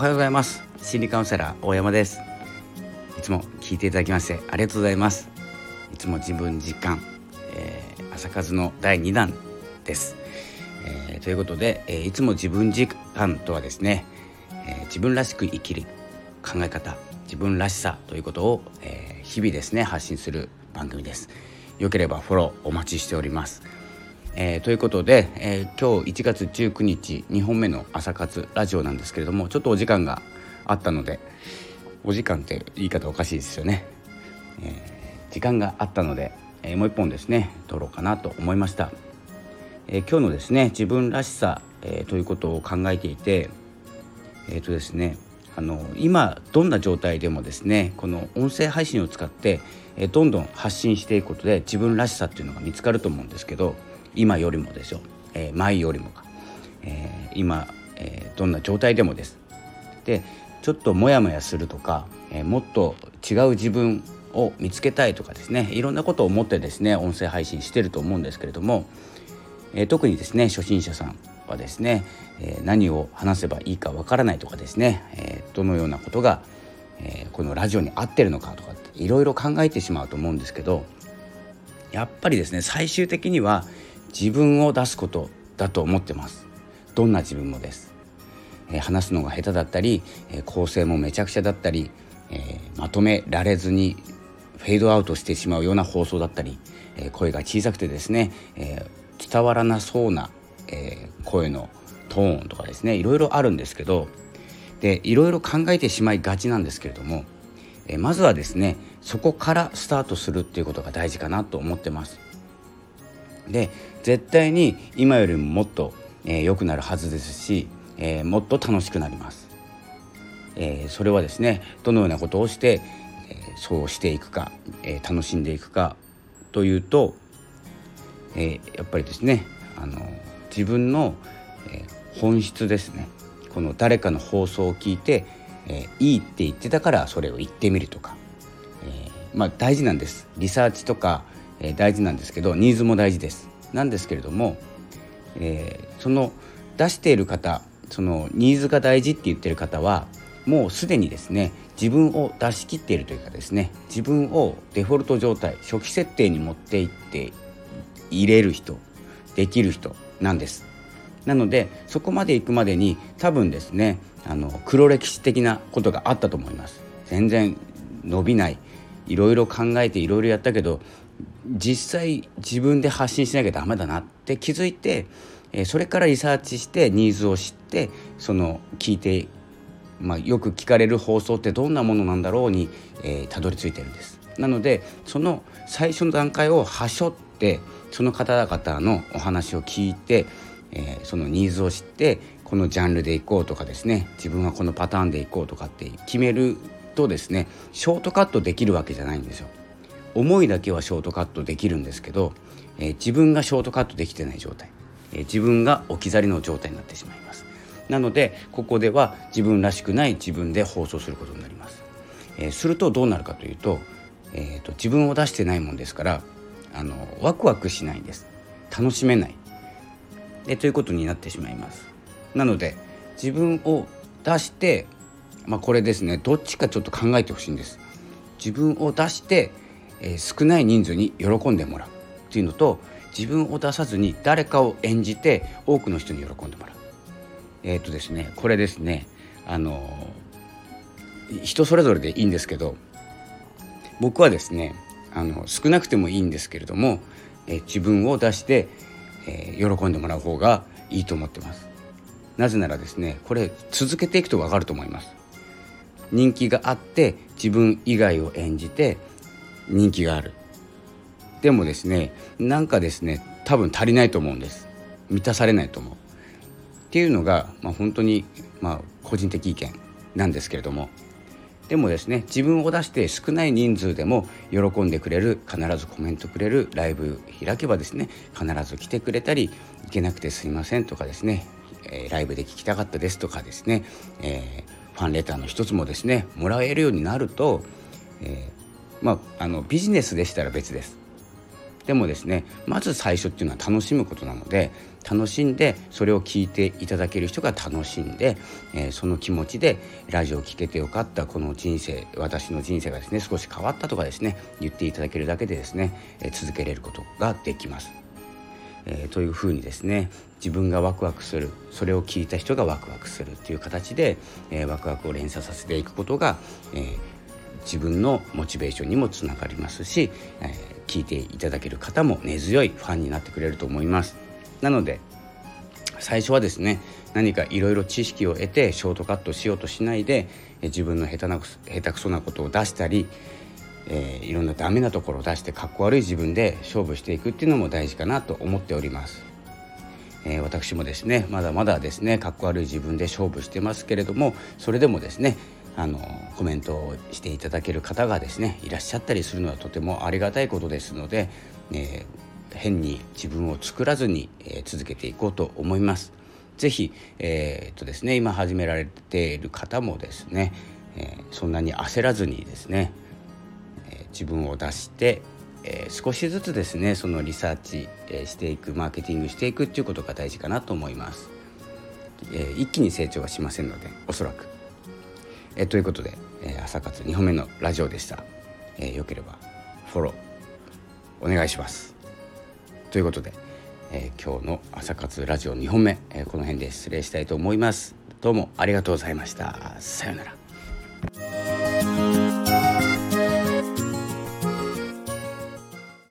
はようございます。心理カウンセラー大山です。いつも聞いていただきましてありがとうございます。いつも自分実感、朝活の第2弾です。ということで、いつも自分実感とはですね、自分らしく生きる考え方、自分らしさということを、日々ですね発信する番組です。よければフォローお待ちしております。ということで、今日1月19日2本目の朝活ラジオなんですけれども、ちょっとお時間があったので、お時間って言い方おかしいですよね。時間があったので、もう一本ですね撮ろうかなと思いました。今日のですね自分らしさ、ということを考えていて、ですね今どんな状態でもですねこの音声配信を使って、どんどん発信していくことで自分らしさっていうのが見つかると思うんですけど、今よりもですよ、前よりもか、今、どんな状態でもです。でちょっとモヤモヤするとか、もっと違う自分を見つけたいとかですね、いろんなことを思ってですね音声配信してると思うんですけれども、特にですね初心者さんはですね、何を話せばいいかわからないとかですね、どのようなことが、このラジオに合ってるのかとかっていろいろ考えてしまうと思うんですけど、やっぱりですね最終的には自分を出すことだと思ってます。どんな自分もです。話すのが下手だったり、構成もめちゃくちゃだったり、まとめられずにフェードアウトしてしまうような放送だったり、声が小さくてですね、伝わらなそうな、声のトーンとかですね、いろいろあるんですけど、でいろいろ考えてしまいがちなんですけれども、まずはですねそこからスタートするっていうことが大事かなと思ってます。で絶対に今よりももっと良くなるはずですし、もっと楽しくなります。それはですねどのようなことをして、そうしていくか、楽しんでいくかというと、やっぱりですね自分の、本質ですね。この誰かの放送を聞いて、いいって言ってたからそれを言ってみるとか、大事なんです。リサーチとか、大事なんですけど、ニーズも大事ですなんですけれども、その出している方、そのニーズが大事って言ってる方はもうすでにですね自分を出し切っているというかですね、自分をデフォルト状態、初期設定に持っていって入れる人、できる人なんです。なのでそこまで行くまでに多分ですね黒歴史的なことがあったと思います。全然伸びない、いろいろ考えていろいろやったけど実際自分で発信しなきゃダメだなって気づいて、それからリサーチしてニーズを知って、その聞いて、よく聞かれる放送ってどんなものなんだろうにたどり着いてるんです。なのでその最初の段階をはしょって、その方々のお話を聞いて、そのニーズを知って、このジャンルで行こうとかですね、自分はこのパターンで行こうとかって決めるとですね、ショートカットできるわけじゃないんですよ。思いだけはショートカットできるんですけど、自分がショートカットできてない状態、自分が置き去りの状態になってしまいます。なのでここでは自分らしくない自分で放送することになります。するとどうなるかというと、自分を出してないもんですからワクワクしないんです。楽しめないということになってしまいます。なので自分を出して、これですね、どっちかちょっと考えてほしいんです。自分を出して、少ない人数に喜んでもらうっていうのと、自分を出さずに誰かを演じて多くの人に喜んでもらう。ですね、これですね人それぞれでいいんですけど、僕はですね少なくてもいいんですけれども、自分を出して、喜んでもらう方がいいと思ってます。なぜならですね、これ続けていくと分かると思います。人気があって自分以外を演じて人気がある。でもですねなんかですね多分足りないと思うんです。満たされないと思うっていうのが、本当に個人的意見なんですけれども、でもですね自分を出して少ない人数でも喜んでくれる、必ずコメントくれる、ライブ開けばですね必ず来てくれたり、行けなくてすいませんとかですね、ライブで聞きたかったですとかですね、ファンレターの一つもですねもらえるようになると、ビジネスでしたら別です。 でもですね、まず最初っていうのは楽しむことなので、楽しんでそれを聞いていただける人が楽しんで、その気持ちでラジオを聞けてよかった、この人生、私の人生がですね少し変わったとかですね言っていただけるだけでですね、続けれることができます。というふうにですね、自分がワクワクする、それを聞いた人がワクワクするっていう形で、ワクワクを連鎖させていくことが、自分のモチベーションにもつながりますし、聞いていただける方も根強いファンになってくれると思います。なので最初はですね、何かいろいろ知識を得てショートカットしようとしないで、自分の下手くそなことを出したり、いろんなダメなところを出してかっこ悪い自分で勝負していくっていうのも大事かなと思っております。私もですねまだまだですねかっこ悪い自分で勝負してますけれども、それでもですねコメントをしていただける方がですねいらっしゃったりするのはとてもありがたいことですので、変に自分を作らずに、続けていこうと思います。ぜひ、ですね、今始められている方もですね、そんなに焦らずにですね、自分を出して、少しずつですねそのリサーチ、していく、マーケティングしていくっていうことが大事かなと思います。一気に成長はしませんので、おそらく、ということで、朝活2本目のラジオでした。よければフォローお願いします。ということで、今日の朝活ラジオ2本目、この辺で失礼したいと思います。どうもありがとうございました。さようなら。